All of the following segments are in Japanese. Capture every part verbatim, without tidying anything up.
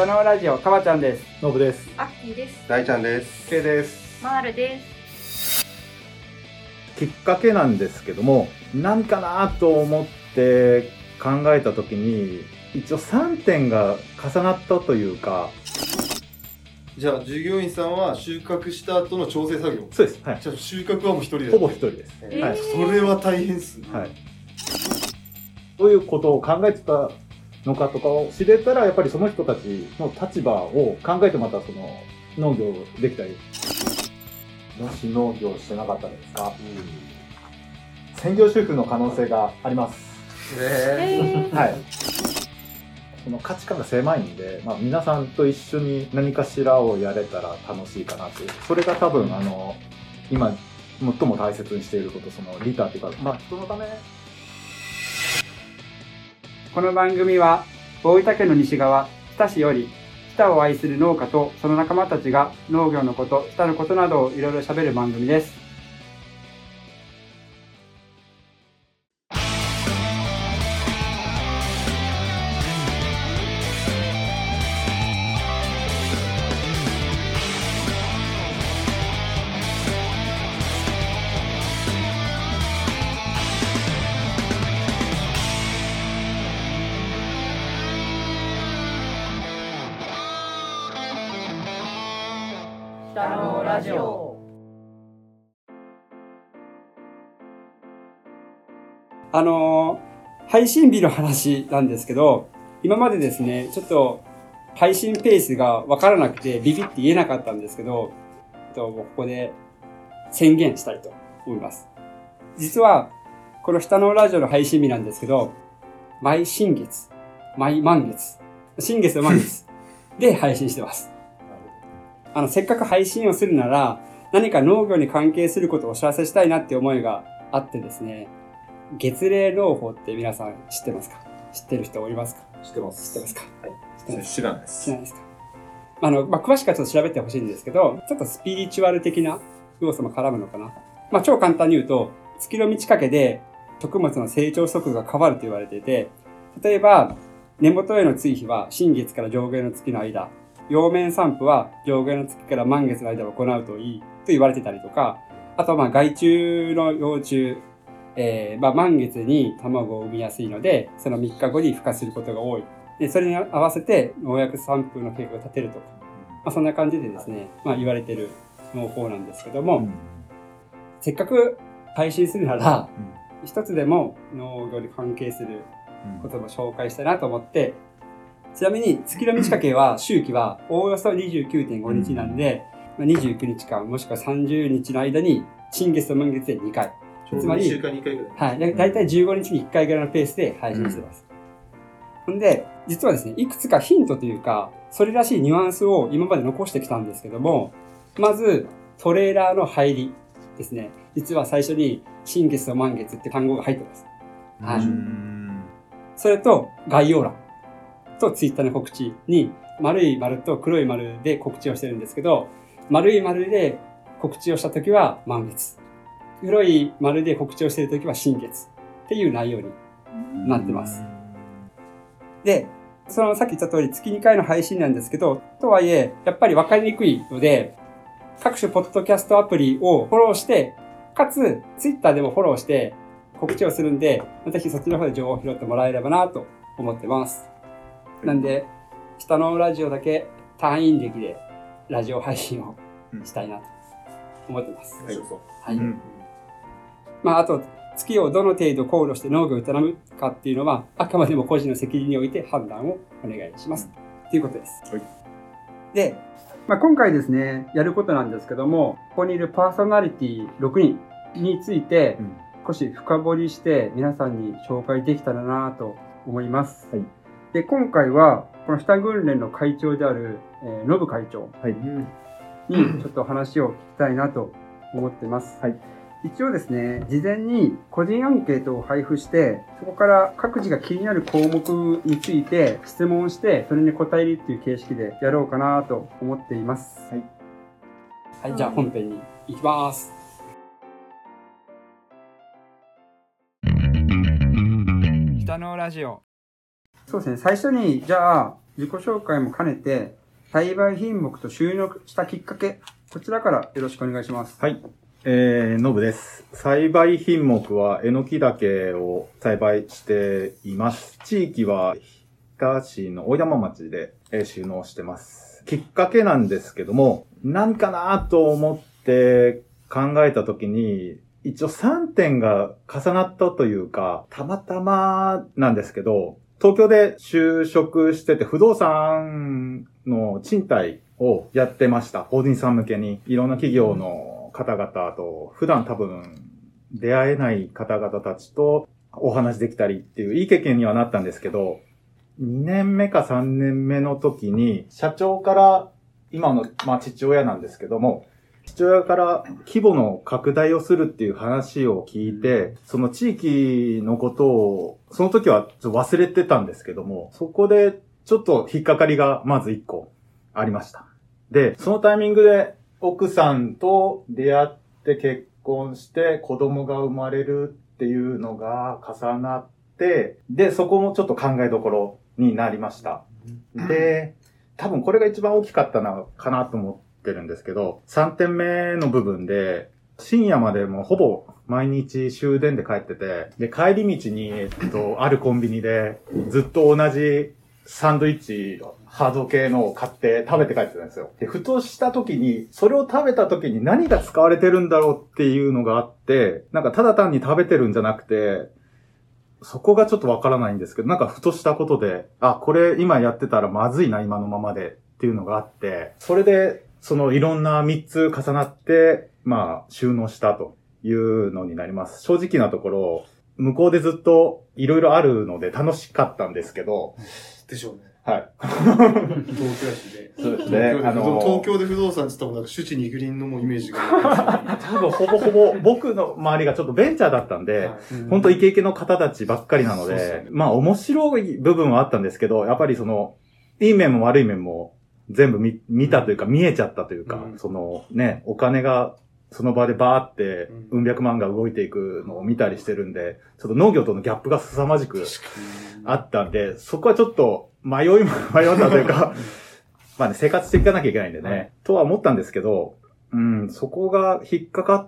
北のラジオかまちゃんです。 のぶです。 あっきーです。 大ちゃんです。 けいです。 まーるです。 きっかけなんですけども、何かなと思って考えた時に一応さんてんが重なったというか。 じゃあ従業員さんは収穫した後の調整作業。 そうです、はい、 じゃあ収穫はもう一人でほぼ一人です、 えーはい、 それは大変っすね、 はい、どういうことを考えてたのかとかを知れたら、やっぱりその人たちの立場を考えて、またその農業できたり。もし農業してなかったらですか、うん、専業主婦の可能性があります。 えー、 はい。その価値観が狭いんで、まあ、皆さんと一緒に何かしらをやれたら楽しいかなという、それが多分あの今最も大切にしていること、そのリターというか、まあ、人のため。 この番組は大分県の西側日田市より日田を愛する農家とその仲間たちが農業のこと、日田のことなどをいろいろ喋る番組です。 北のラジオ。 あのー、配信日の話なんですけど、今までですね、ちょっと配信ペースがわからなくてビビって言えなかったんですけど、ここで宣言したいと思います。実は、この北のラジオの配信日なんですけど、毎新月、毎満月、新月と満月で配信してます。あの、せっかく配信をするなら、何か農業に関係することをお知らせしたいなって思いがあってですね、月例農法って皆さん知ってますか？知ってる人おりますか？ 知ってます。 知ってますか？ はい。 知ってます。 知らないです。 知らないですか？あの、まあ、詳しくはちょっと調べてほしいんですけど、ちょっとスピリチュアル的な要素も絡むのかな。まあ、超簡単に言うと、月の満ち欠けで食物の成長速度が変わると言われていて、例えば、根元への追肥は新月から上下の月の間、葉面散布は上下の月から満月の間を行うといいと言われてたりとか、あとはまあ害虫の幼虫、えー、まあ満月に卵を産みやすいので、そのみっかごに孵化することが多い。で、それに合わせて農薬散布の計画を立てるとか、まあそんな感じでですね、まあ言われている農法なんですけども、うん、せっかく配信するなら、うん、一つでも農業に関係することも紹介したいなと思って、ちなみに月の満ち欠けは周期はおおよそ にじゅうきゅうてんごにちなんで、うん、にじゅうくにちかんもしくはさんじゅうにちの間に新月と満月でにかい。つまり、いっしゅうかんにいっかいぐらい。はい。だいたいじゅうごにちにいっかいぐらいのペースで配信してます。ほ、うん、んで、実はですね、いくつかヒントというか、それらしいニュアンスを今まで残してきたんですけども、まず、トレーラーの入りですね。実は最初に新月と満月って単語が入ってます。はい。それと、概要欄。とツイッターの告知に丸い丸と黒い丸で告知をしてるんですけど、丸い丸で告知をしたときは満月、黒い丸で告知をしているときは新月っていう内容になってます。で、そのさっき言った通り月にかいの配信なんですけど、とはいえやっぱり分かりにくいので、各種ポッドキャストアプリをフォローして、かつツイッターでもフォローして告知をするんで、ぜひそっちの方で情報を拾ってもらえればなと思ってます。なんで、北のラジオだけ単位歴でラジオ配信をしたいなと思ってます。 はい。 はい。うん、まあ、あと、月をどの程度考慮して農業を営むかっていうのは、あくまでも個人の責任において判断をお願いします。うん、ということです。はい。で、まあ、今回ですね、やることなんですけども、ここにいるパーソナリティろくにんについて、少し深掘りして皆さんに紹介できたらなと思います。はい。で、今回は、この日田訓練の会長である、えー、ノブ会長にちょっと話を聞きたいなと思ってます。はい、一応ですね、事前に個人アンケートを配布して、そこから各自が気になる項目について質問して、それに答えるっていう形式でやろうかなと思っています。はい。はい、じゃあ本編に行きます。北のラジオ。そうですね。最初に、じゃあ、 自己紹介も兼ねて、栽培品目と収納したきっかけ、こちらからよろしくお願いします。 はい。えー、のぶです。栽培品目はえのき茸を栽培しています。地域は日田市の大山町で収納してます。きっかけなんですけども、何かなと思って考えたときに、一応さんてんが重なったというか、たまたまなんですけど、東京で就職してて不動産の賃貸をやってました。法人さん向けにいろんな企業の方々と普段多分出会えない方々たちとお話できたりっていういい経験にはなったんですけど、にねんめかさんねんめの時に社長から今の、まあ、父親なんですけども、父親から規模の拡大をするっていう話を聞いて、その地域のことを、その時はちょっと忘れてたんですけども、そこでちょっと引っかかりがまず一個ありました。で、そのタイミングで奥さんと出会って結婚して子供が生まれるっていうのが重なって、で、そこもちょっと考えどころになりました。で、多分これが一番大きかったのかなと思って、てるんですけど、さんてんめの部分で、深夜までもうほぼ毎日終電で帰ってて、で、帰り道に、えっと、あるコンビニで、ずっと同じサンドイッチ、ハード系のを買って食べて帰ってたんですよ。で、ふとした時に、それを食べた時に何が使われてるんだろうっていうのがあって、なんかただ単に食べてるんじゃなくて、そこがちょっとわからないんですけど、なんかふとしたことで、あ、これ今やってたらまずいな、今のままでっていうのがあって、それで、そのいろんなみっつ重なって、まあ、収納したというのになります。正直なところ、向こうでずっといろいろあるので楽しかったんですけど。 でしょうね。 はい。 東京市で。 そうですね。 あの、東京で不動産って言ったらなんか首地二輪のもイメージが。 多分ほぼほぼ僕の周りがちょっとベンチャーだったんで、はい、本当イケイケの方たちばっかりなので、そうそうまあ面白い部分はあったんですけど、やっぱりその、いい面も悪い面も、全部見、見たというか、見えちゃったというか、うん、そのね、お金がその場でバーってうん百万が動いていくのを見たりしてるんで、ちょっと農業とのギャップが凄まじくあったんで、そこはちょっと迷い、迷ったというか、まあね、生活していかなきゃいけないんでね、はい、とは思ったんですけど、うん、そこが引っかかって、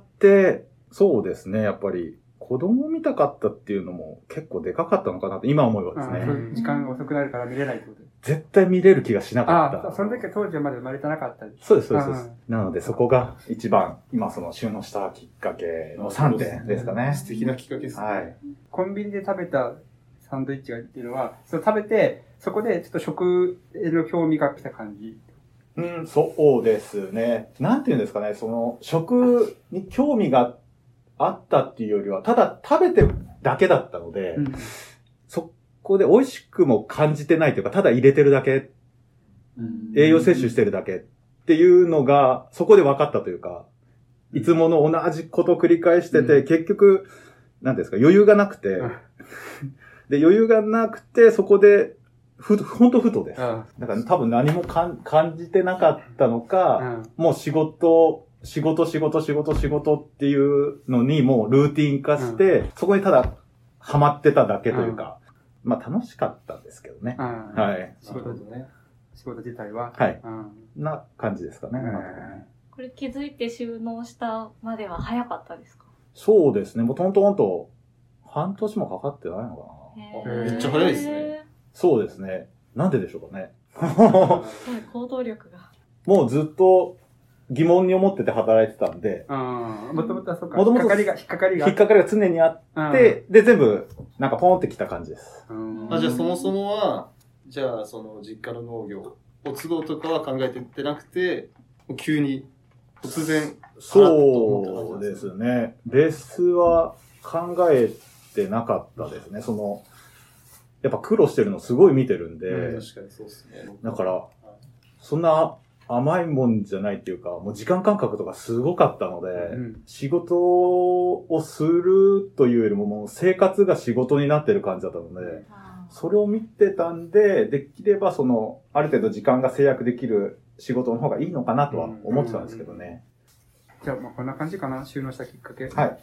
そうですね、やっぱり、子供を見たかったっていうのも結構でかかったのかなと、今思えばですね。 時間が遅くなるから見れないってこと絶対見れる気がしなかった。 ああ、その時は当時はまだ生まれてなかったです。 そうです、そうです。なのでそこが一番、今その収納したきっかけのさんてんですかね。 素敵なきっかけですね。 はい。 コンビニで食べたサンドイッチがっていうのは、それ食べて、そこでちょっと食への興味が来た感じ。 うん、そうですね。なんていうんですかね、その食に興味があったっていうよりは、ただ食べてるだけだったので、うん、そこで美味しくも感じてないというか、ただ入れてるだけ、うん、栄養摂取してるだけっていうのが、そこで分かったというか、いつもの同じことを繰り返してて、うん、結局、なんですか、余裕がなくて、うん、で、余裕がなくて、そこで、ふ、ほんとふとです。うん、だから多分何もかん感じてなかったのか、うん、もう仕事、仕事、仕事、仕事、仕事っていうのにもうルーティン化して、うん、そこにただハマってただけというか、うん、まあ楽しかったんですけどね。うん、はい。 仕事ですね。仕事自体は。 はい。うん、な感じですかね。うん、 これ気づいて収納したまでは早かったですか？ そうですね。もうトントンと半年もかかってないのかな。めっちゃ早いですね。 そうですね。なんででしょうかね。 すごい行動力が。 もうずっと疑問に思ってて働いてたんで。 もともとはそうか。もともと引っかかりが、引っかかりが。 引っかかりが常にあって、で、全部、なんかポンってきた感じです。 あ、じゃあそもそもは、じゃあその実家の農業を継ごうとかは考えてってなくて、急に突然。 そうですね。ベースは考えてなかったですね。その、やっぱ苦労してるのすごい見てるんで。 うん、確かにそうですね。 だから、そんな甘いもんじゃないっていうか、もう時間感覚とかすごかったので、うん、仕事をするというよりももう生活が仕事になってる感じだったので、うん、それを見てたんで、できればその、ある程度時間が制約できる仕事の方がいいのかなとは思ってたんですけどね。 うん、じゃあ、まあこんな感じかな、収納したきっかけ。 はい。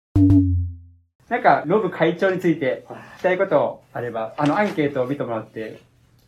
なんか、ノブ会長について聞きたいことあれば、あの、アンケートを見てもらって、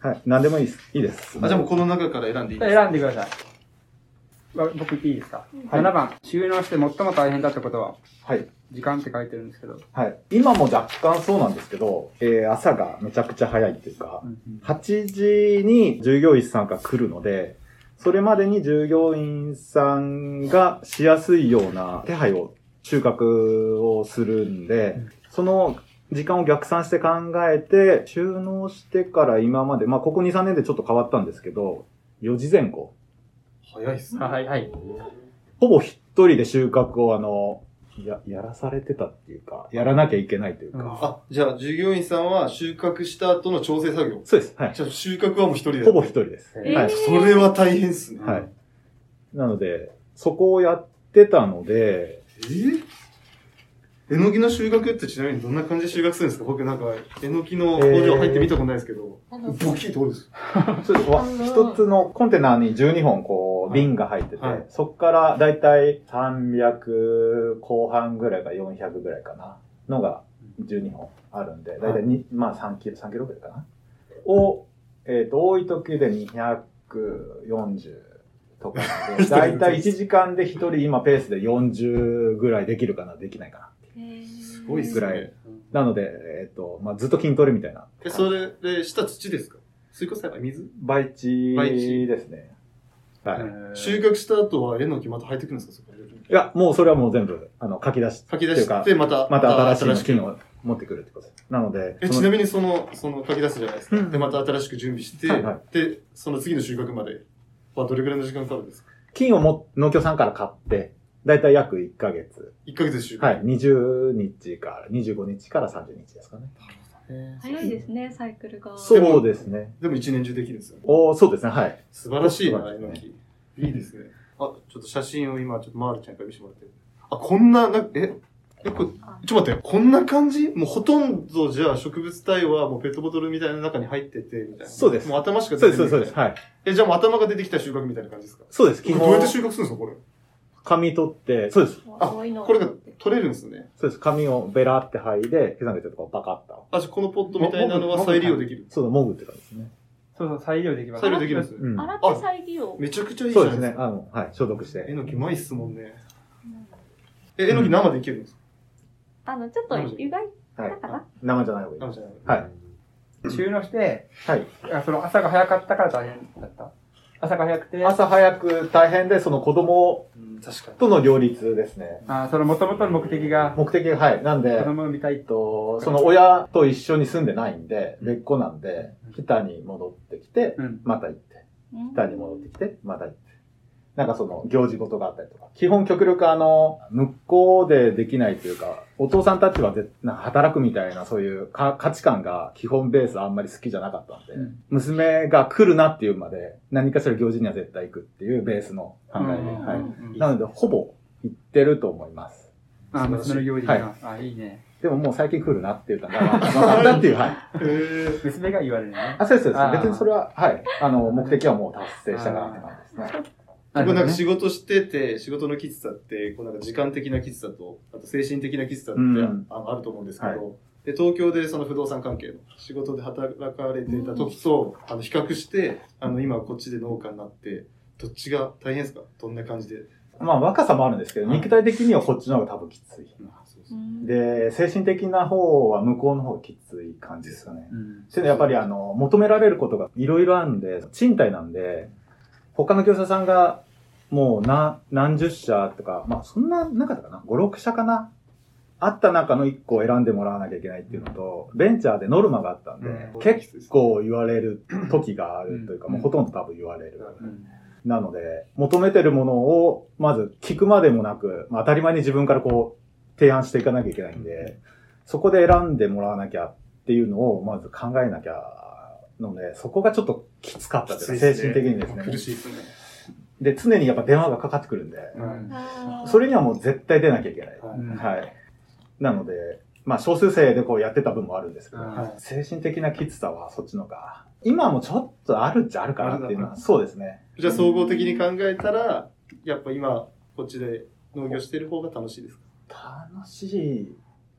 はい。何でもいいです。いいです。 あ、じゃあもうこの中から選んでいいですか？ 選んでください。わ僕言っていいですか、 はい ?なな 番、収納して最も大変だったことは、 はい。 時間って書いてるんですけど。 はい。今も若干そうなんですけど、えー、朝がめちゃくちゃ早いっていうか、はちじに従業員さんが来るので、それまでに従業員さんがしやすいような手配を、収穫をするんで、その時間を逆算して考えて、収納してから今まで、まあここに、さんねんでちょっと変わったんですけど、よじぜん後。 早いっすね。 はい、はい。 ほぼ一人で収穫をあの、や、やらされてたっていうか、やらなきゃいけないというか。 あ、じゃあ従業員さんは収穫した後の調整作業。 そうです。はい。 じゃあ収穫はもう一人で。 ほぼ一人です。 えーはい。 それは大変っすね。 はい。なので、そこをやってたので、 えーえのきの収穫ってちなみにどんな感じで収穫するんですか？僕なんか、えのきの工場入って見たことないですけど、 あのボキッと折るんですよ。 そうですわ一つのコンテナにじゅうにほんこう、瓶が入ってて、 はいそこからだいたいさんびゃく後半ぐらいかよんひゃくぐらいかな、のがじゅうにほんあるんで、だいたいに、まあさんキロ、さんキロぐらいかな。を、えっ、と、多い時でにひゃくよんじゅうとかなんで、だいたいいちじかんでひとり今ペースでよんじゅうぐらいできるかな、できないかな。 すごいっすぐらいね。 なので、えっ、と、まあずっと筋トレみたいな。 え、それで、下土ですか？水耕栽培水培地培地ですね。はい。 収穫した後はえのきまた生えてくるんですか？そこでいや、もうそれはもう全部、あの、書き出し、 書き出っていうかして、また、 また新しいくのを持ってくるってことです。なので、 え、 そのちなみにその、その書き出すじゃないですか。 うんで、また新しく準備して、 はいはいで、その次の収穫まではどれくらいの時間かかるんですか？ 金をも農協さんから買って、だいたい約いっかげつ。 いっかげつで収穫。 はい。にじゅうにちから、にじゅうごにちからさんじゅうにちですかね。 へー早いですね、サイクルが。 そうですね。 でも一年中できるんですよね。 おそうですね、はい。 素晴らしいな、えそうですねのき。いいですね。あ、ちょっと写真を今、ちょっとマールちゃんから見せてもらって。あ、こんな、なえ、え、これ、ちょっと待って、こんな感じもうほとんどじゃあ植物体はもうペットボトルみたいな中に入ってて、みたいな。 そうですもう頭しかそうです、 出てない。 そうです、はい。 え、じゃあもう頭が出てきた収穫みたいな感じですか？ そうです、 これ基本、 どうやって収穫するんですか、これ。 紙取って、そうです。 あ多いのこれが取れるんですね。 そうです。紙をベラって剥いで、刻んでちょっとこうバカッと。 あ、じゃあこのポットみたいなのは再利用できる。 そうだ、もぐって感じですね。 そうそう、再利用できます。 再利用できるんですね。 うん。 洗って再利用。 めちゃくちゃいいじそうですね。 ゃないですか。 あの、はい、消毒して。 えのきうまいっすもんね。え、えのき生でいけるんですか？ あの、ちょっと湯がいはいたかな。 生じゃない方がいい。 生じゃない。 はい。 収納して、 はい。 あその朝が早かったから大変だった。朝が早くて、 朝早く大変で、その子供うん、確かに。 との両立ですね。 あその元々の目的が、 目的が、はい。なんで、 子供を見たいえっと、その親と一緒に住んでないんで、別個なんで、北に戻ってきて、 うん。 また行って、 うん北に戻ってきて、また行って。なんかその行事事があったりとか。基本極力あの、向こうでできないというか、お父さんたちはぜなんか働くみたいなそういうか価値観が基本ベースあんまり好きじゃなかったんで、 うん娘が来るなっていうまで何かしら行事には絶対行くっていうベースの考えで、 うんはい。 うんなので、ほぼ行ってると思います。 あ、娘の行事はいが、あ、いいね。 でももう最近来るなっていうか、分かったっていう、はい。 へー。 娘が言われるね。 あ、そうです、そうです。 あー別にそれは、はい。あの、目的はもう達成したからって感じですね。 僕なんか仕事してて、仕事のきつさって、こうなんか時間的なきつさと、あと精神的なきつさって、 うんあのあると思うんですけど、 はいで、東京でその不動産関係の仕事で働かれていた時と、あの、比較して、あの、今こっちで農家になって、どっちが大変ですか？どんな感じで？ まあ若さもあるんですけど、肉体的にはこっちの方が多分きつい。 あそうそううんで、精神的な方は向こうの方がきつい感じですかね。 うん。 それでやっぱりあの、求められることがいろいろあるんで、賃貸なんで、他の業者さんがもうな、何十社とか、まあそんななかったかな ?ご、ろく社かなあった中のいっこを選んでもらわなきゃいけないっていうのと、ベンチャーでノルマがあったんで、 うん結構言われる時があるというか、 うんもうほとんど多分言われる。 うんなので、求めてるものを、まず聞くまでもなく、まあ、当たり前に自分からこう、提案していかなきゃいけないんで、そこで選んでもらわなきゃっていうのを、まず考えなきゃ、ので、そこがちょっときつかったです。精神的にですね。 苦しいですね。 で、常にやっぱ電話がかかってくるんで、 うんあーそれにはもう絶対出なきゃいけない。 はいうんはい。なので、まあ、少数生でこうやってた分もあるんですけど、 はい精神的なきつさはそっちのが、今もちょっとあるっちゃあるかなっていうのは、 あるそうですね。 じゃあ総合的に考えたら、やっぱ今、こっちで農業してる方が楽しいですか？ 楽しい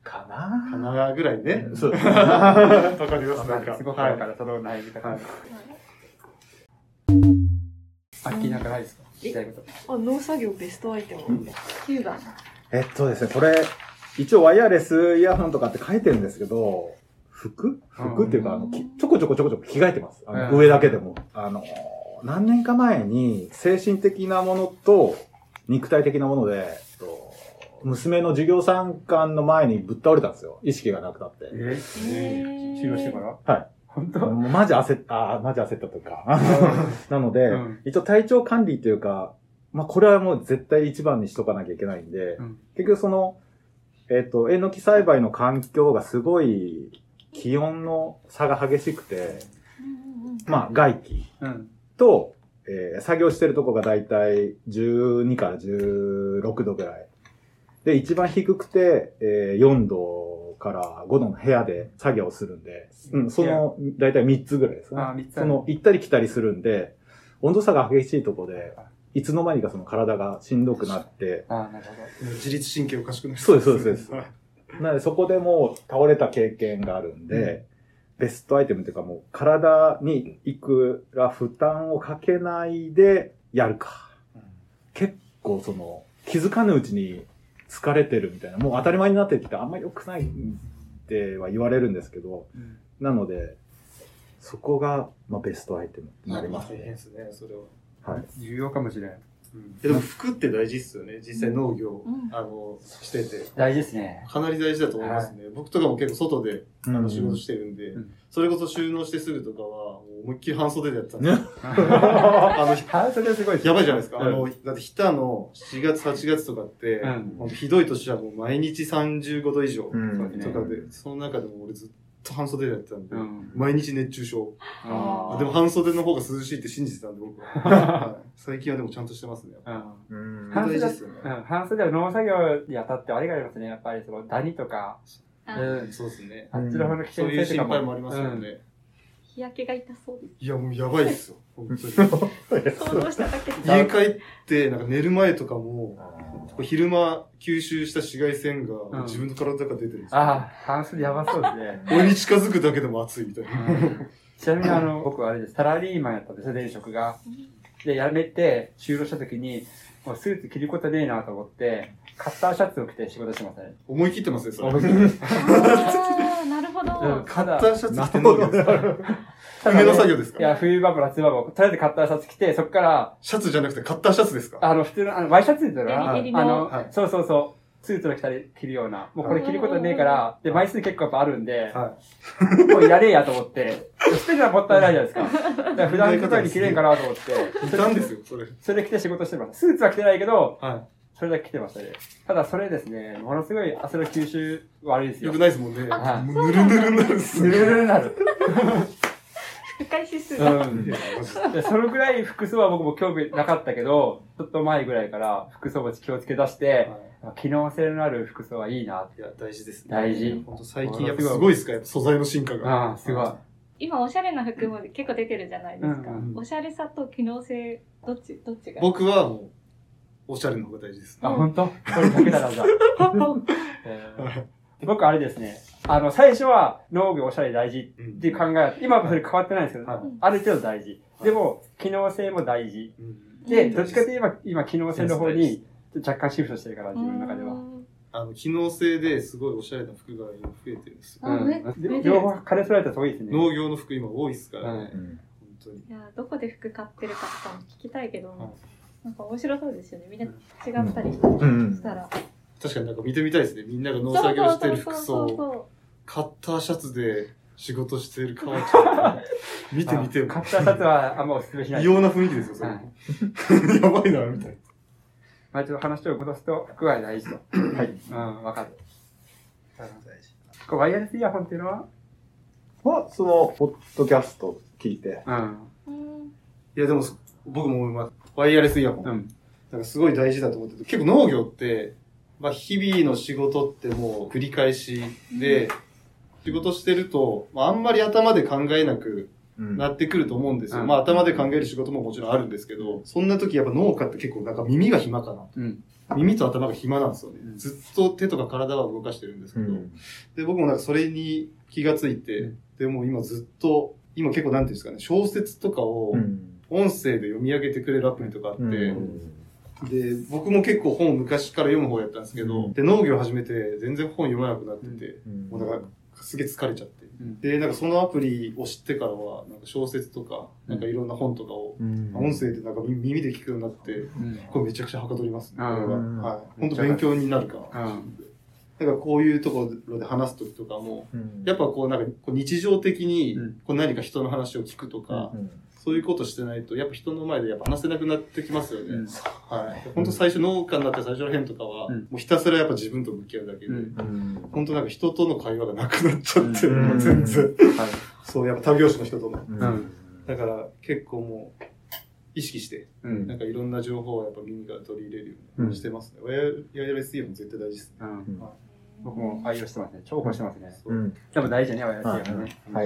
かなかなぐらいね。 そうですね。 わかります、なんか。 すごくわかる、その悩み方。 はいアッキーなんかないですか聞きたいこと。 あ、農作業ベストアイテム。 きゅうばん。 えっとですね、これ、一応ワイヤレスイヤホンとかって書いてるんですけど、服服っていうか、あの、きちょこちょこちょこちょこ着替えてます。あのうん上だけでも。あの、何年か前に、精神的なものと肉体的なもので、えっと娘の授業参観の前にぶっ倒れたんですよ。意識がなくなって。 ええ治療してからはい。 本当もうマジ焦っ、ああ、マジ焦ったというか。なので、 うん一応体調管理というか、まあこれはもう絶対一番にしとかなきゃいけないんで、 うん結局その、えっ、と、えのき栽培の環境がすごい気温の差が激しくて、まあ外気うん。 と、えー作業してるとこがだいたいじゅうにからじゅうろくどぐらい。で、一番低くて、えーよんどからごどの部屋で作業するんで、うん、その、だいたいみっつぐらいですね。 あ、三つある。 その、行ったり来たりするんで、温度差が激しいとこで、いつの間にかその体がしんどくなって、 あ、なるほ自律神経おかしくなる。 そうですそうですそうですはいなのでそこでもう倒れた経験があるんで、ベストアイテムっていうかもう体にいくら負担をかけないでやるか。結構その気づかぬうちに疲れてるみたいな、もう当たり前になってきてあんまり良くないっては言われるんですけど、 うんなので、そこが、まあ、ベストアイテムになりますね。 大変ですね、それは。 はい。 重要かもしれない。 でも服って大事っすよね。実際農業、 うんあの、してて。 大事ですね。 かなり大事だと思いますね。僕とかも結構外であうんの仕事してるんで、 うんそれこそ収納してすぐとかは、もう思いっきり半袖でやってたんでねすよ。あの、 半袖はすごいですねやばいじゃないですか。 うんあの、だって日田のしちがつ、はちがつとかって、 うんほんとひどい年はもう毎日さんじゅうごど以上うんそうですねとかで、その中でも俺ずっと半袖でやってたんで、 うん毎日熱中症。 あーでも半袖の方が涼しいって信じてたんで僕は。はい最近はでもちゃんとしてますね。 うんうん半袖は大事ですよね。 うん半袖は農作業にあたってあれがありますね。やっぱりそのダニとか、 あうんそうですね。 あっちの方の危そういう険性とかも。 心配もありますよね。 日焼けが痛そうです。 いや、もうやばいですよ。本当に。 想像しただけで。 家帰って、なんか寝る前とかも、こう昼間吸収した紫外線がうん自分の体から出てるんですよ。 ああ、半袖やばそうですね。 俺に近づくだけでも暑いみたいな。 うんちなみにあの、僕はあれです。サラリーマンやったんですよ、前職が。で、辞めて、就労した時に、もうスーツ着ることねえなと思って、カッターシャツを着て仕事してましたね。 思い切ってますね、それ。 思い切ってああ、なるほど。 うんカッターシャツ着て農業ですか梅の作業ですかいや、冬場も夏場も、とりあえずカッターシャツ着て、そこから、 シャツじゃなくてカッターシャツですかあの、普通の、あの、ワイシャツですよね。あ襟のの、 はいそうそうそう。スーツの着たり着るような。もうこれ着ることねえから、で、枚数結構やっぱあるんで、 はもうやれやと思って、捨てるのはもったいないじゃないですか。だから普段使いに着れんかなと思って、 い。いたんですよ、それ。 それ着て仕事してました。スーツは着てないけど、 はそれだけ着てましたね。ただそれですね、ものすごい汗の吸収悪いですい。 よ。 よくないですもんね。 はいもうぬるぬるになるっすぬるね。 ぬるになる。 深い指数うが。 ん。でそのぐらい服装は僕も興味なかったけど、ちょっと前ぐらいから服装も気をつけ出して、機能性のある服装はいいなって。 いや、大事ですね。 大事本当最近やっぱすごいですか、やっぱ素材の進化が。 ああ、すごい。 今おしゃれな服も結構出てるじゃないですか。 うんうんおしゃれさと機能性、どっち、どっちが僕はもう、おしゃれの方が大事です。 あ、本当？これだけだな、じゃあ。えー僕あれですね。あの、最初は農業おしゃれ大事うんっていう考えだった。今はそれ変わってないんですけど、 はいある程度大事。でも、機能性も大事。 うんで、 うんどっちかといえば、今、機能性の方に若干シフトしてるから、自分の中では。 うんあの、機能性ですごいおしゃれな服が今増えてるんですよ。 あねうん両方兼ね備えたらすごいですね。 農業の服今多いですからね。 はい本当に。 いや、どこで服買ってるかとかも聞きたいけど、 はいなんか面白そうですよね。みんな違ったりうんしたら。 確かになんか見てみたいですね。みんなが農作業してる服そうそう装。 そカッターシャツで仕事してるかわちゃん。見てみてよ。 カッターシャツはあんまお勧めしない。 異様な雰囲気ですよ、それ。 はいやばいな、みたいな。 まあちょっと話を戻すと、服は大事と。はい。うん、わかる。これワイヤレスイヤホンっていうのはは、その、ポッドキャスト聞いて。 うん。 う。うん。 いや、でも、僕も思います。ワイヤレスイヤホン。 うん。 なんかすごい大事だと思ってて、結構農業って、まあ日々の仕事ってもう繰り返しで、仕事してると、まああんまり頭で考えなくなってくると思うんですよ。 うんまあ頭で考える仕事ももちろんあるんですけど、そんな時やっぱ農家って結構なんか耳が暇かな。 うん。 耳と頭が暇なんですよね。 うんずっと手とか体は動かしてるんですけど、 うんで、僕もなんかそれに気がついて、 うんでもう今ずっと、今結構なんていうんですかね、小説とかを音声で読み上げてくれるアプリとかあって、 うんで、僕も結構本を昔から読む方やったんですけど、 うんで、農業始めて全然本読まなくなってて、 うんもうなんかすげえ疲れちゃって。 うんで、なんかそのアプリを知ってからは、なんか小説とか、なんかいろんな本とかを、 うん音声でなんか耳耳で聞くようになって、 うん。 これめちゃくちゃはかどりますね。これはうんはい。本当勉強になるかな。 うん。 だからこういうところで話すときとかも、 うんやっぱこうなんかこう日常的にうんこう何か人の話を聞くとか、 うんそういうことしてないと、やっぱ人の前でやっぱ話せなくなってきますよね。 うんはい。本当最初農家になって最初の辺とかは、 うんもうひたすらやっぱ自分と向き合うだけで、 うん。 うん本当なんか人との会話がなくなっちゃって、 うんもう全然。 はい。 そう、やっぱ他業種の人との。 うんだから結構もう、意識して、 うん。 なんかいろんな情報をやっぱ耳から取り入れるようにしてますね。ワイヤレスイヤホン絶対大事ですね。 うん。 うん僕も愛用してますね。重宝してますね。 そううんでも大事ね、我々 はいはね。 はい。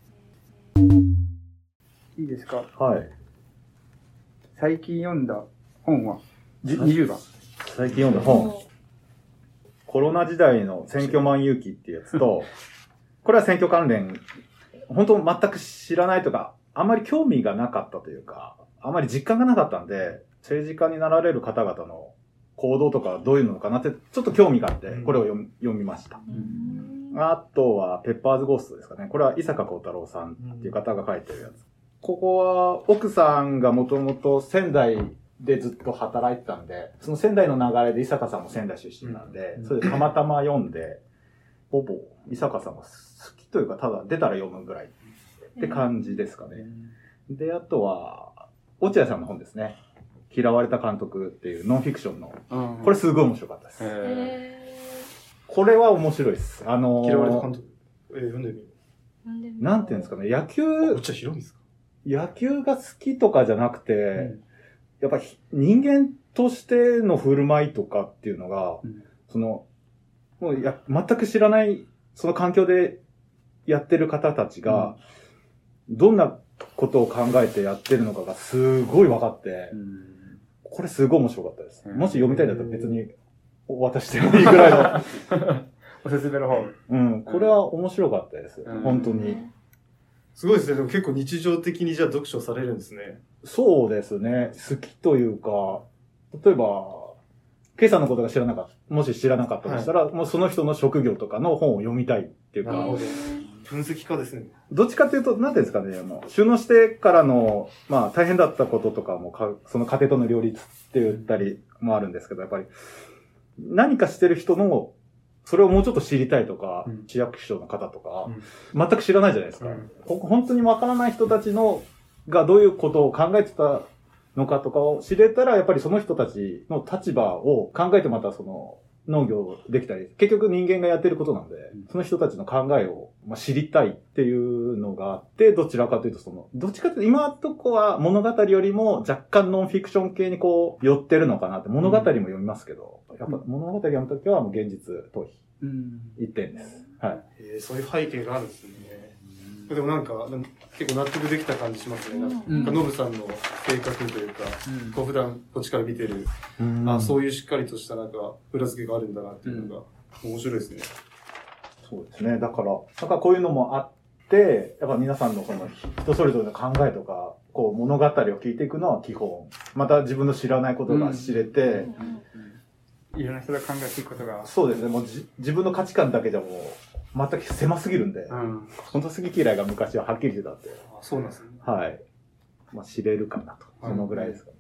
いいですか？ はい。 最近読んだ本は、じにじゅうばん。 最近読んだ本。コロナ時代の選挙万有記っていうやつと、これは選挙関連、本当全く知らないとか、あんまり興味がなかったというか、あんまり実感がなかったんで、政治家になられる方々の行動とかどういうのかなって、ちょっと興味があって、これを読み読みました。あとは、ペッパーズゴーストですかね。これは伊坂幸太郎さんっていう方が書いてるやつ。ここは、奥さんがもともと仙台でずっと働いてたんで、その仙台の流れで伊坂さんも仙台出身なんで、 うんそれでたまたま読んで、ほぼ伊坂さんが好きというか、ただ出たら読むぐらいって感じですかね。で、あとは、落合さんの本ですね。嫌われた監督っていうノンフィクションの。 うん。 これすごい面白かったです。 えこれは面白いです。あのー、 嫌われた監督。えー、読んでみよなんていうんですかね、野球う。、こっちは広いんですか？ 野球が好きとかじゃなくて、 んやっぱひ人間としての振る舞いとかっていうのが、 うんその、もうや、全く知らない、その環境でやってる方たちが、どんなことを考えてやってるのかがすごい分かって、 うん。 これすごい面白かったです。 うんもし読みたいんだったら別にお渡ししてもいいぐらいの。 おすすめの本。 うん、これは面白かったです。 うん本当に。 すごいですね。でも結構日常的にじゃあ読書されるんですね。 そうですね。好きというか、例えば、ケイさんのことが知らなかった、もし知らなかったとしたら、もうその人の職業とかの本を読みたいっていうか、 なるほど。分析家ですね。 どっちかっていうと、なんていうんですかね、あの、収納してからの、まあ大変だったこととかもか、その家庭との両立って言ったりもあるんですけど、やっぱり、何かしてる人の、それをもうちょっと知りたいとか、 うん市役所の方とか、 うん全く知らないじゃないですか。 うんこ本当にわからない人たちの、がどういうことを考えてたのかとかを知れたら、やっぱりその人たちの立場を考えてまたその農業できたり、結局人間がやってることなんで、 んその人たちの考えをまあ知りたいっていうのがあって、どちらかというとその、どっちかというと今のとこは物語よりも若干ノンフィクション系にこう寄ってるのかなって、物語も読みますけど、やっぱ物語読むときはもう現実逃避うん。 一点です。はい。 えー、そういう背景があるんですね。でもなんか、でも結構納得できた感じしますね。なんか、 うんノブさんの性格というか、 うんこう普段こっちから見てる、あそういうしっかりとしたなんか、裏付けがあるんだなっていうのが、面白いですね。 そうですね。だから、なんかこういうのもあって、やっぱ皆さんのその人それぞれの考えとか、こう物語を聞いていくのは基本。また自分の知らないことが知れて、 いろんな人が考えていくことが。 そうですね。もうじ自分の価値観だけじゃもう全く狭すぎるんで、 うん。 本当好き嫌いが昔ははっきりしてたんで、 あそうなんですね。 はい。まあ知れるかなと。そのぐらいですかね。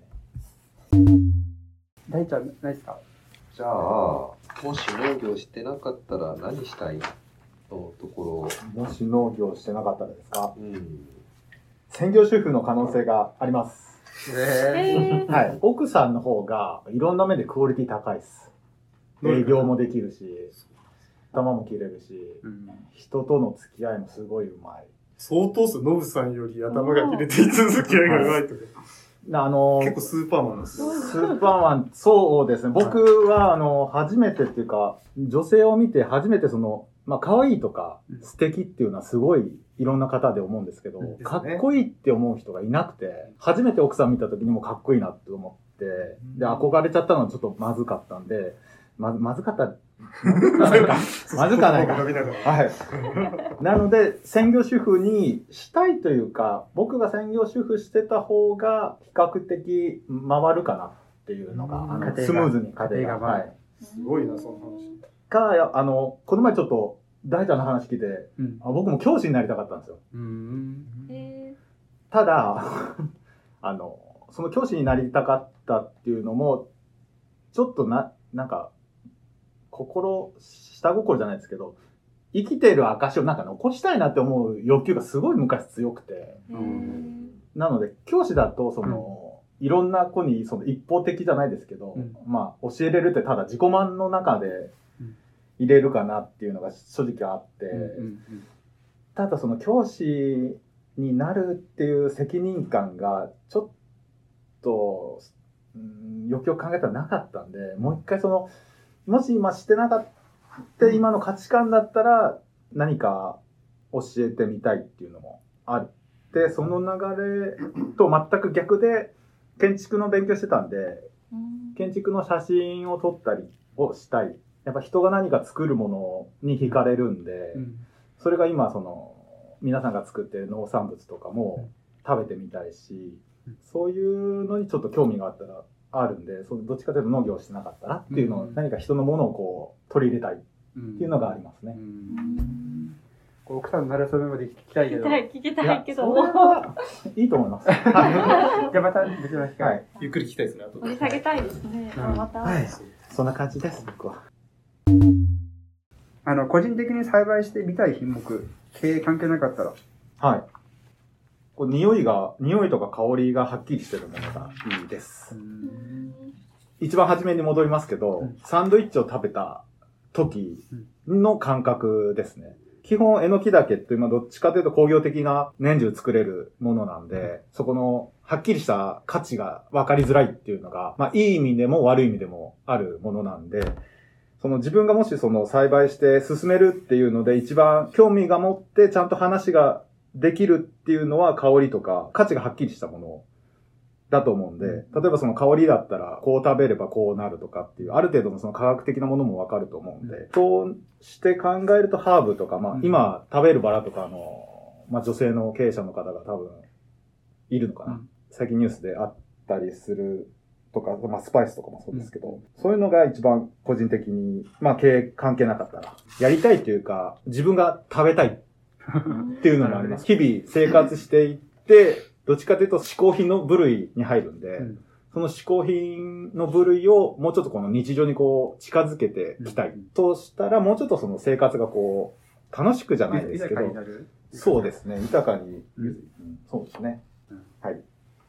大ちゃん、ないですか？ じゃあ、もし農業してなかったら何したいのとこもし農業してなかったらですか？ ろ、うん、 専業主婦の可能性があります。 ええはい。奥さんの方がいろんな面でクオリティ高いです。営業もできるし、頭も切れるし、 うん。 人との付き合いもすごいうまい。 相当っす、ノブさんより頭が切れていつ付き合いがうまいとか。 あの、 結構スーパーマンです。 スーパーマン、そうですね。僕は、あの、初めてっていうか、女性を見て初めてその、まあ、可愛いとかうん素敵っていうのはすごいいろんな方で思うんですけど、 うんですねかっこいいって思う人がいなくて、初めて奥さん見た時にもかっこいいなって思って、で、憧れちゃったのはちょっとまずかったんで、ま、まずかった、まずかないか。まずかないか。 飲みながらはい。なので、専業主婦にしたいというか、僕が専業主婦してた方が比較的回るかなっていうのが、あの、 家庭がスムーズに家庭が。 家庭が回るはい。 すごいな、その話。 か、あの、この前ちょっと、大ちゃんの話聞いて、 うん。 あ僕も教師になりたかったんですよ。 うん。 えただ、あの、その教師になりたかったっていうのも、ちょっとな、なんか、心、下心じゃないですけど、生きてる証をなんか残したいなって思う欲求がすごい昔強くて、 ー、 うんなので、教師だと、その、いろんな子にその一方的じゃないですけど、 うんまあ、教えれるってただ自己満の中でうん入れるかなっていうのが正直あって、 うんただその教師になるっていう責任感がちょっと、うん、よくよく考えたらなかったんで、もう一回その、もし今してなかった今の価値観だったら何か教えてみたいっていうのもあって、その流れと全く逆で建築の勉強してたんで、 うん建築の写真を撮ったりをしたい。やっぱ人が何か作るものに惹かれるんで、 うんそれが今その皆さんが作ってる農産物とかも食べてみたいし、そういうのにちょっと興味があったらあるんで、そのどっちかというと農業をしてなかったらっていうのを、 うん何か人のものをこう取り入れたいっうんていうのがありますね。 うんこう奥さんのなれそめまで聞きたいけど。 聞きたい、聞きたいけど、 いやそれはいいと思います。 じゃあまた別の機会。 はい。 ゆっくり聞きたいですね、あと掘り下げたいですね。 うんまた。 はい。そんな感じです、僕は。 あの、個人的に栽培してみたい品目、経営関係なかったら。 はい。こう匂いが、匂いとか香りがはっきりしてるものがいいです。一番初めに戻りますけど、 うんサンドイッチを食べた時の感覚ですね。基本、えのき茸って、まあどっちかというと工業的な年中作れるものなんで、そこのはっきりした価値が分かりづらいっていうのが、まあいい意味でも悪い意味でもあるものなんで、その自分がもしその栽培して進めるっていうので一番興味が持ってちゃんと話ができるっていうのは香りとか価値がはっきりしたものだと思うんで、例えばその香りだったらこう食べればこうなるとかっていうある程度のその科学的なものもわかると思うんで、そうして考えるとハーブとか、まあ今食べるバラとかの、まあ女性の経営者の方が多分いるのかな。最近ニュースであったりするとか、まあスパイスとかもそうですけど、そういうのが一番個人的に、まあ経営関係なかったら、やりたいというか、自分が食べたいっていうのもあります。日々生活していって、どっちかというと嗜好品の部類に入るんで、 うんその嗜好品の部類をもうちょっとこの日常にこう近づけていきたい。としたら、もうちょっとその生活がこう、楽しくじゃないですけど豊かにな、る。 そうですね、豊かに、 うんうんそうですね。 うんはい。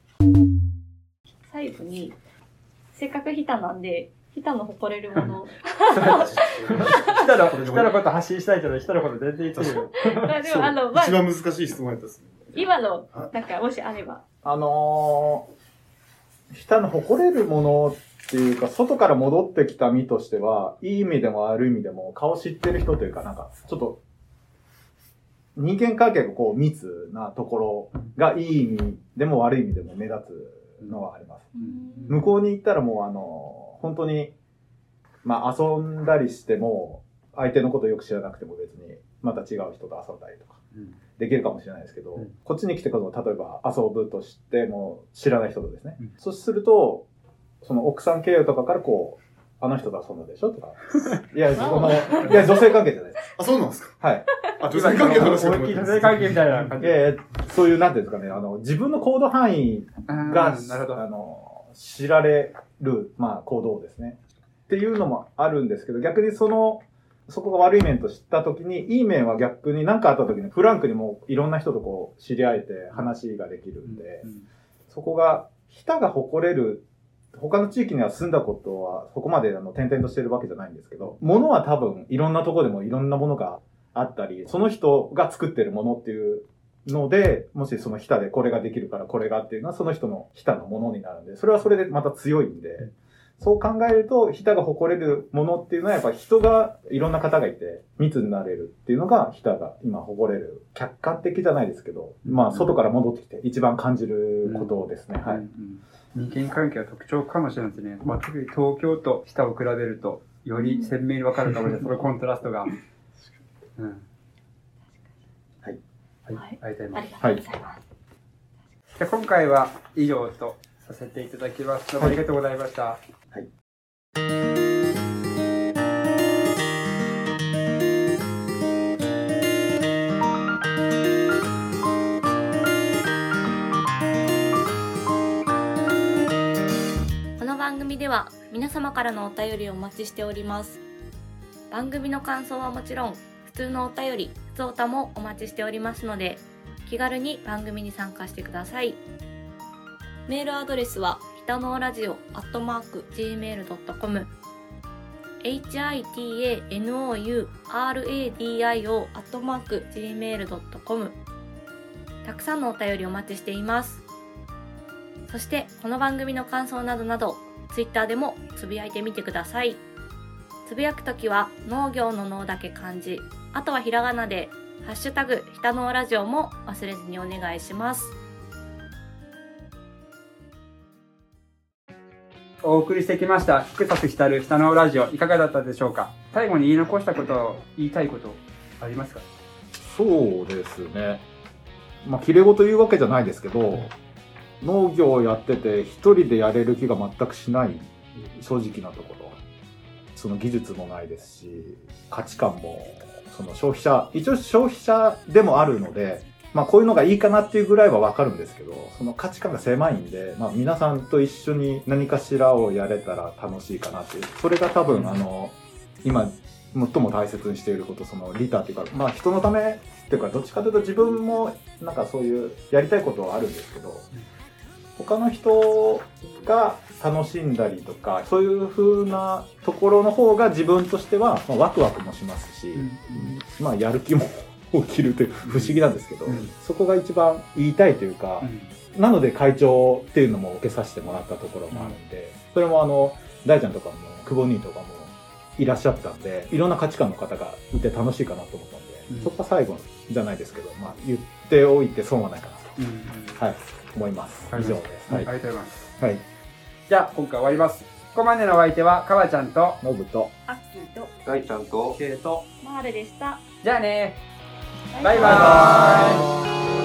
最後に、せっかく日田なんで、日田の誇れるもの。 人の、人のこと発信したいけど、人のこと全然言ってる。 まあでも、あの、まあ一、番難しい質問やったですね。 今の、なんか、もしあれば。 あのー、下の誇れるものっていうか、外から戻ってきた身としては、いい意味でも悪い意味でも、顔知ってる人というか、なんか、ちょっと、人間関係がこう密なところがいい意味でも悪い意味でも目立つのはあります。向こうに行ったらもうあの、本当に、まあ遊んだりしても、相手のことをよく知らなくても別に、また違う人と遊んだりとか、できるかもしれないですけど、 うんこっちに来てから例えば遊ぶとしても知らない人とですね。 うんそうすると、その奥さん経由とかからこう、あの人と遊んだでしょとか。いや、その、いや、女性関係じゃないです。 あ、そうなんですかはい。 あ、女性関係の話かと思った思いっきり女性関係みたいな感じ。 いやいやそういう、なんていうんですかね、あの、自分の行動範囲が、 なるほど。 あの、知られる、まあ、行動ですね。っていうのもあるんですけど、逆にその、そこが悪い面と知ったときに、いい面は逆に何かあったときに、フランクにもういろんな人とこう、知り合えて話ができるんで、 うんそこが、日田が誇れる、他の地域には住んだことは、そこまであの、転々としてるわけじゃないんですけど、物は多分、いろんなところでもいろんなものがあったり、その人が作ってるものっていうので、もしその日田でこれができるからこれがっていうのは、その人の日田のものになるんで、それはそれでまた強いんで、 そう考えると、日田が誇れるものっていうのは、やっぱ人が、いろんな方がいて、密になれるっていうのが、日田が今誇れる。客観的じゃないですけど、まあ、外から戻ってきて、一番感じることですね。はい。 うんうん人間関係は特徴かもしれないですね。まあ、特に東京と日田を比べると、より鮮明にわかるかもしれない。そのコントラストが。うん。はい。はい。 はいありがとうございます。 ありがとうございます。 じゃあ今回は以上とさせていただきます。どうもありがとうございました。 はいこの番組では皆様からのお便りをお待ちしております。番組の感想はもちろん、普通のお便り、普通おたもお待ちしておりますので、気軽に番組に参加してください。メールアドレスはひたのうラジオアットマーク ジーメールドットコム ヒタノーラディオ アットマーク ジーメールドットコム たくさんのお便りお待ちしています。そしてこの番組の感想などなどツイッターでもつぶやいてみてください。つぶやくときは農業の農だけ漢字、あとはひらがなでハッシュタグひたのうラジオも忘れずにお願いします。 お送りしてきました福里ひたるひたのうラジオいかがだったでしょうか。最後に言い残したことを言いたいことありますか。 そうですね。まあ、綺麗事言うわけじゃないですけど、農業をやってて一人でやれる気が全くしない、正直なところ。その技術もないですし、価値観も、その消費者、一応消費者でもあるので、まあこういうのがいいかなっていうぐらいはわかるんですけど、その価値観が狭いんで、まあ皆さんと一緒に何かしらをやれたら楽しいかなっていう。それが多分あの、今、最も大切にしていること、そのリターっていうか、まあ人のためっていうか、どっちかというと自分もなんかそういうやりたいことはあるんですけど、他の人が楽しんだりとか、そういう風なところの方が自分としては、まあ、ワクワクもしますし、 うんまあやる気も起きるという不思議なんですけど、 うんそこが一番言いたいというか、 うんなので会長っていうのも受けさせてもらったところもあるんで、それもあの大ちゃんとかも久保兄とかもいらっしゃったんで、いろんな価値観の方がいて楽しいかなと思ったんで、 うんそこは最後じゃないですけど、まあ言っておいて損はないかなと、 うんうんはい、思います。以上です。はい。 ありがとうございます。 はい。 じゃあ今回終わります。ここまでのお相手はかわちゃんとノブと、 アッキーと大ちゃんとケイと、 マールでした。 じゃあねバイバイバイバーイ。